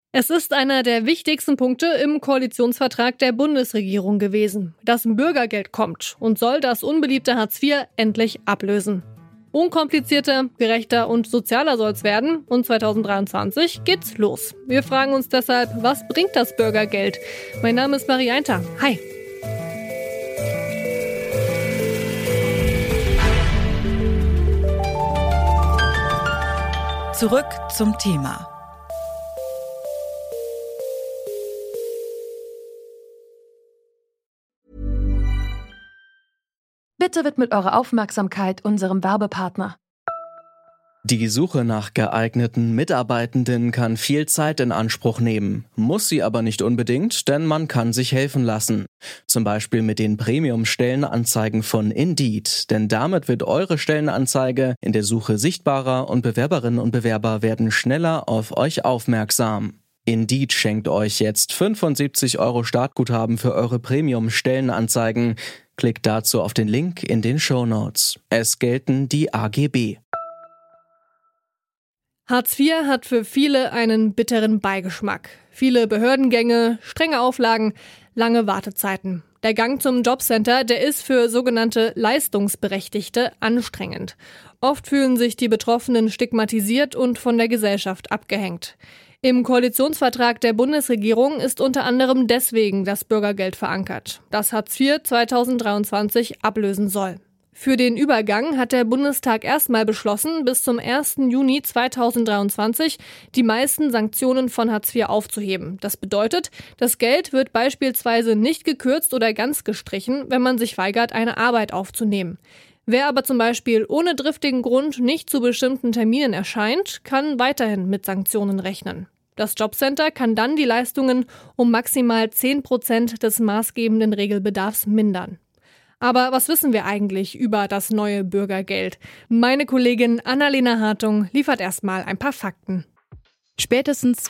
Es ist einer der wichtigsten Punkte im Koalitionsvertrag der Bundesregierung gewesen. Das Bürgergeld kommt und soll das unbeliebte Hartz IV endlich ablösen. Unkomplizierter, gerechter und sozialer soll es werden und 2023 geht's los. Wir fragen uns deshalb, was bringt das Bürgergeld? Mein Name ist Marie Einter. Hi. Zurück zum Thema. Bitte widmet eure Aufmerksamkeit unserem Werbepartner. Die Suche nach geeigneten Mitarbeitenden kann viel Zeit in Anspruch nehmen, muss sie aber nicht unbedingt, denn man kann sich helfen lassen. Zum Beispiel mit den Premium-Stellenanzeigen von Indeed, denn damit wird eure Stellenanzeige in der Suche sichtbarer und Bewerberinnen und Bewerber werden schneller auf euch aufmerksam. Indeed schenkt euch jetzt 75 € Startguthaben für eure Premium-Stellenanzeigen. Klickt dazu auf den Link in den Shownotes. Es gelten die AGB. Hartz IV hat für viele einen bitteren Beigeschmack. Viele Behördengänge, strenge Auflagen, lange Wartezeiten. Der Gang zum Jobcenter, der ist für sogenannte Leistungsberechtigte anstrengend. Oft fühlen sich die Betroffenen stigmatisiert und von der Gesellschaft abgehängt. Im Koalitionsvertrag der Bundesregierung ist unter anderem deswegen das Bürgergeld verankert, das Hartz IV 2023 ablösen soll. Für den Übergang hat der Bundestag erstmal beschlossen, bis zum 1. Juni 2023 die meisten Sanktionen von Hartz IV aufzuheben. Das bedeutet, das Geld wird beispielsweise nicht gekürzt oder ganz gestrichen, wenn man sich weigert, eine Arbeit aufzunehmen. Wer aber zum Beispiel ohne triftigen Grund nicht zu bestimmten Terminen erscheint, kann weiterhin mit Sanktionen rechnen. Das Jobcenter kann dann die Leistungen um maximal 10% des maßgebenden Regelbedarfs mindern. Aber was wissen wir eigentlich über das neue Bürgergeld? Meine Kollegin Annalena Hartung liefert erstmal ein paar Fakten. Spätestens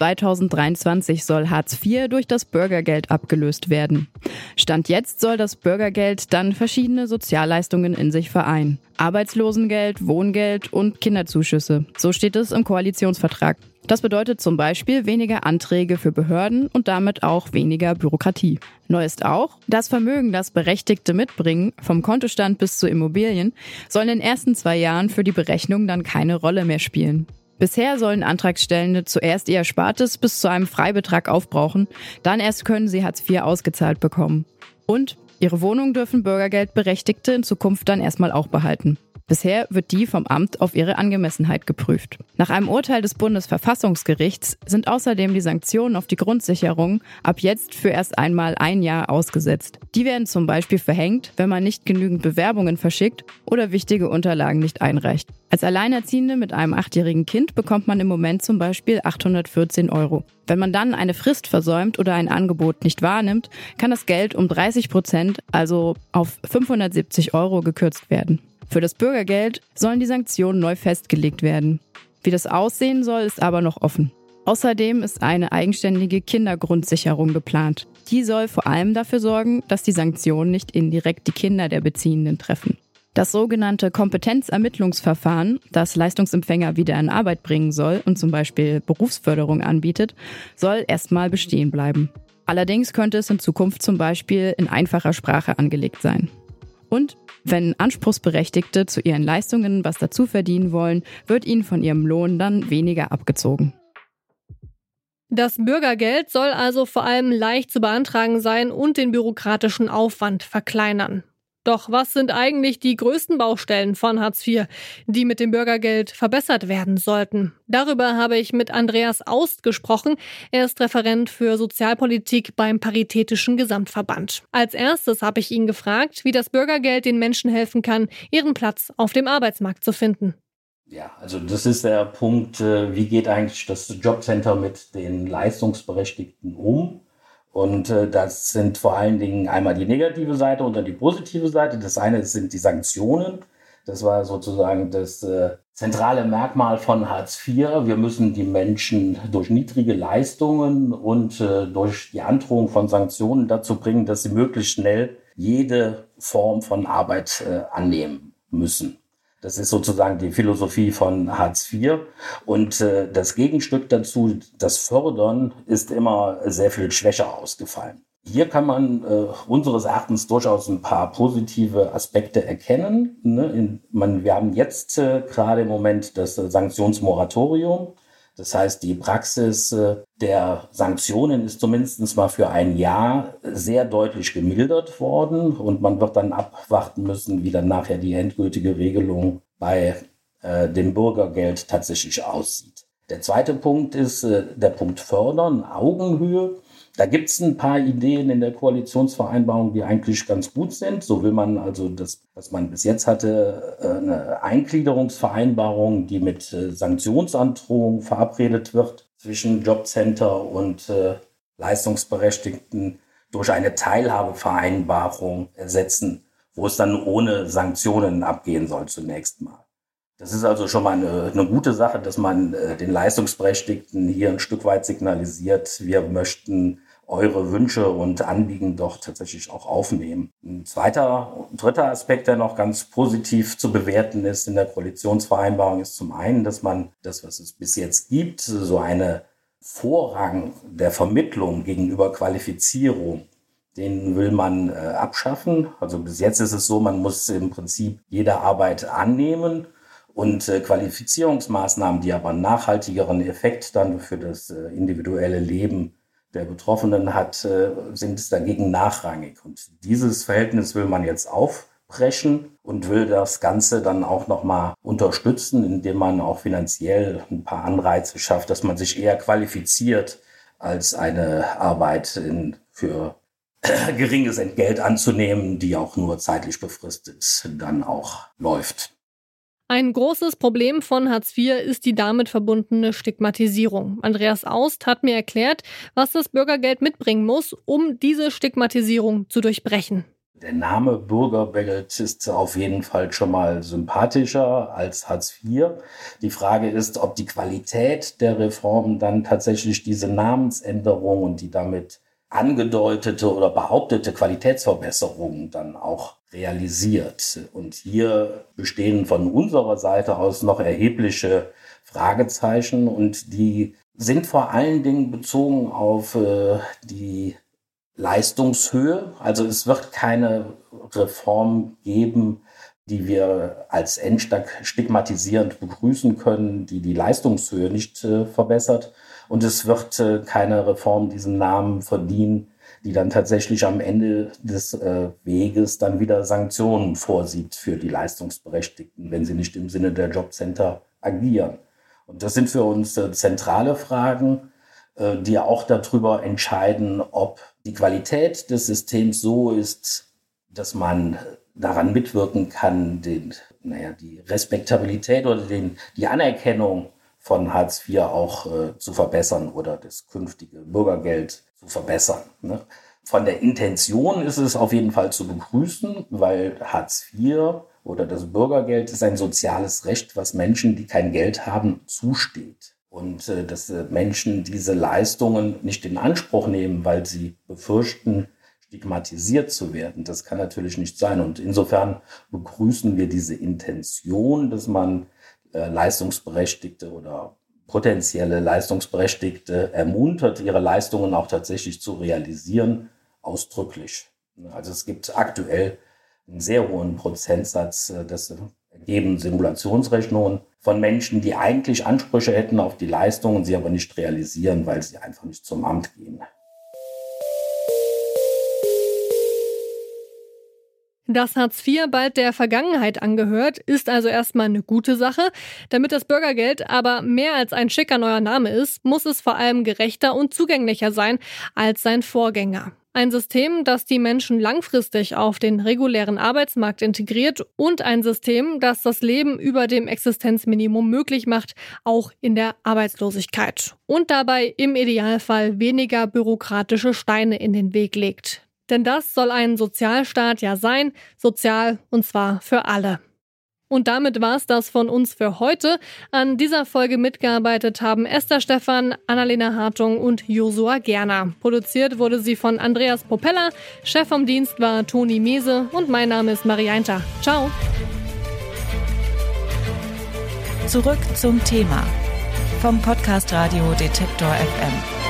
2023 soll Hartz IV durch das Bürgergeld abgelöst werden. Stand jetzt soll das Bürgergeld dann verschiedene Sozialleistungen in sich vereinen. Arbeitslosengeld, Wohngeld und Kinderzuschüsse. So steht es im Koalitionsvertrag. Das bedeutet zum Beispiel weniger Anträge für Behörden und damit auch weniger Bürokratie. Neu ist auch, das Vermögen, das Berechtigte mitbringen, vom Kontostand bis zu Immobilien, soll in den ersten 2 Jahren für die Berechnung dann keine Rolle mehr spielen. Bisher sollen Antragstellende zuerst ihr Erspartes bis zu einem Freibetrag aufbrauchen, dann erst können sie Hartz IV ausgezahlt bekommen. Und ihre Wohnung dürfen Bürgergeldberechtigte in Zukunft dann erstmal auch behalten. Bisher wird die vom Amt auf ihre Angemessenheit geprüft. Nach einem Urteil des Bundesverfassungsgerichts sind außerdem die Sanktionen auf die Grundsicherung ab jetzt für erst einmal 1 Jahr ausgesetzt. Die werden zum Beispiel verhängt, wenn man nicht genügend Bewerbungen verschickt oder wichtige Unterlagen nicht einreicht. Als Alleinerziehende mit einem 8-jährigen Kind bekommt man im Moment zum Beispiel 814 €. Wenn man dann eine Frist versäumt oder ein Angebot nicht wahrnimmt, kann das Geld um 30%, also auf 570 € gekürzt werden. Für das Bürgergeld sollen die Sanktionen neu festgelegt werden. Wie das aussehen soll, ist aber noch offen. Außerdem ist eine eigenständige Kindergrundsicherung geplant. Die soll vor allem dafür sorgen, dass die Sanktionen nicht indirekt die Kinder der Beziehenden treffen. Das sogenannte Kompetenzermittlungsverfahren, das Leistungsempfänger wieder in Arbeit bringen soll und zum Beispiel Berufsförderung anbietet, soll erstmal bestehen bleiben. Allerdings könnte es in Zukunft zum Beispiel in einfacher Sprache angelegt sein. Und wenn Anspruchsberechtigte zu ihren Leistungen was dazu verdienen wollen, wird ihnen von ihrem Lohn dann weniger abgezogen. Das Bürgergeld soll also vor allem leicht zu beantragen sein und den bürokratischen Aufwand verkleinern. Doch was sind eigentlich die größten Baustellen von Hartz IV, die mit dem Bürgergeld verbessert werden sollten? Darüber habe ich mit Andreas Aust gesprochen. Er ist Referent für Sozialpolitik beim Paritätischen Gesamtverband. Als erstes habe ich ihn gefragt, wie das Bürgergeld den Menschen helfen kann, ihren Platz auf dem Arbeitsmarkt zu finden. Ja, also das ist der Punkt, wie geht eigentlich das Jobcenter mit den Leistungsberechtigten um? Und das sind vor allen Dingen einmal die negative Seite und dann die positive Seite. Das eine sind die Sanktionen. Das war sozusagen das zentrale Merkmal von Hartz IV. Wir müssen die Menschen durch niedrige Leistungen und durch die Androhung von Sanktionen dazu bringen, dass sie möglichst schnell jede Form von Arbeit annehmen müssen. Das ist sozusagen die Philosophie von Hartz IV. Und das Gegenstück dazu, das Fördern, ist immer sehr viel schwächer ausgefallen. Hier kann man unseres Erachtens durchaus ein paar positive Aspekte erkennen. Wir haben jetzt gerade im Moment das Sanktionsmoratorium. Das heißt, die Praxis der Sanktionen ist zumindest mal für ein Jahr sehr deutlich gemildert worden. Und man wird dann abwarten müssen, wie dann nachher die endgültige Regelung bei dem Bürgergeld tatsächlich aussieht. Der zweite Punkt ist der Punkt Fördern, Augenhöhe. Da gibt es ein paar Ideen in der Koalitionsvereinbarung, die eigentlich ganz gut sind. So will man also das, was man bis jetzt hatte, eine Eingliederungsvereinbarung, die mit Sanktionsandrohung verabredet wird zwischen Jobcenter und Leistungsberechtigten, durch eine Teilhabevereinbarung ersetzen, wo es dann ohne Sanktionen abgehen soll zunächst mal. Das ist also schon mal eine gute Sache, dass man den Leistungsberechtigten hier ein Stück weit signalisiert, wir möchten eure Wünsche und Anliegen doch tatsächlich auch aufnehmen. Ein dritter Aspekt, der noch ganz positiv zu bewerten ist in der Koalitionsvereinbarung, ist zum einen, dass man das, was es bis jetzt gibt, so eine Vorrang der Vermittlung gegenüber Qualifizierung, den will man abschaffen. Also bis jetzt ist es so, man muss im Prinzip jede Arbeit annehmen. Und Qualifizierungsmaßnahmen, die aber einen nachhaltigeren Effekt dann für das individuelle Leben der Betroffenen hat, sind dagegen nachrangig. Und dieses Verhältnis will man jetzt aufbrechen und will das Ganze dann auch nochmal unterstützen, indem man auch finanziell ein paar Anreize schafft, dass man sich eher qualifiziert, als eine Arbeit für geringes Entgelt anzunehmen, die auch nur zeitlich befristet dann auch läuft. Ein großes Problem von Hartz IV ist die damit verbundene Stigmatisierung. Andreas Aust hat mir erklärt, was das Bürgergeld mitbringen muss, um diese Stigmatisierung zu durchbrechen. Der Name Bürgergeld ist auf jeden Fall schon mal sympathischer als Hartz IV. Die Frage ist, ob die Qualität der Reform dann tatsächlich diese Namensänderung und die damit angedeutete oder behauptete Qualitätsverbesserungen dann auch realisiert. Und hier bestehen von unserer Seite aus noch erhebliche Fragezeichen und die sind vor allen Dingen bezogen auf die Leistungshöhe. Also es wird keine Reform geben, die wir als stigmatisierend begrüßen können, die die Leistungshöhe nicht verbessert. Und es wird keine Reform diesen Namen verdienen, die dann tatsächlich am Ende des Weges dann wieder Sanktionen vorsieht für die Leistungsberechtigten, wenn sie nicht im Sinne der Jobcenter agieren. Und das sind für uns zentrale Fragen, die auch darüber entscheiden, ob die Qualität des Systems so ist, dass man daran mitwirken kann, die Respektabilität oder die Anerkennung von Hartz IV auch zu verbessern oder das künftige Bürgergeld zu verbessern. Ne? Von der Intention ist es auf jeden Fall zu begrüßen, weil Hartz IV oder das Bürgergeld ist ein soziales Recht, was Menschen, die kein Geld haben, zusteht. Und dass Menschen diese Leistungen nicht in Anspruch nehmen, weil sie befürchten, stigmatisiert zu werden. Das kann natürlich nicht sein. Und insofern begrüßen wir diese Intention, dass man Leistungsberechtigte oder potenzielle Leistungsberechtigte ermuntert, ihre Leistungen auch tatsächlich zu realisieren, ausdrücklich. Also es gibt aktuell einen sehr hohen Prozentsatz, das ergeben Simulationsrechnungen von Menschen, die eigentlich Ansprüche hätten auf die Leistungen, sie aber nicht realisieren, weil sie einfach nicht zum Amt gehen. Dass Hartz IV bald der Vergangenheit angehört, ist also erstmal eine gute Sache. Damit das Bürgergeld aber mehr als ein schicker neuer Name ist, muss es vor allem gerechter und zugänglicher sein als sein Vorgänger. Ein System, das die Menschen langfristig auf den regulären Arbeitsmarkt integriert und ein System, das das Leben über dem Existenzminimum möglich macht, auch in der Arbeitslosigkeit. Und dabei im Idealfall weniger bürokratische Steine in den Weg legt. Denn das soll ein Sozialstaat ja sein, sozial und zwar für alle. Und damit war's das von uns für heute. An dieser Folge mitgearbeitet haben Esther Stephan, Annalena Hartung und Josua Gerner. Produziert wurde sie von Andreas Propeller, Chef vom Dienst war Toni Mese und mein Name ist Marie Einter. Ciao! Zurück zum Thema vom Podcast Radio Detektor FM.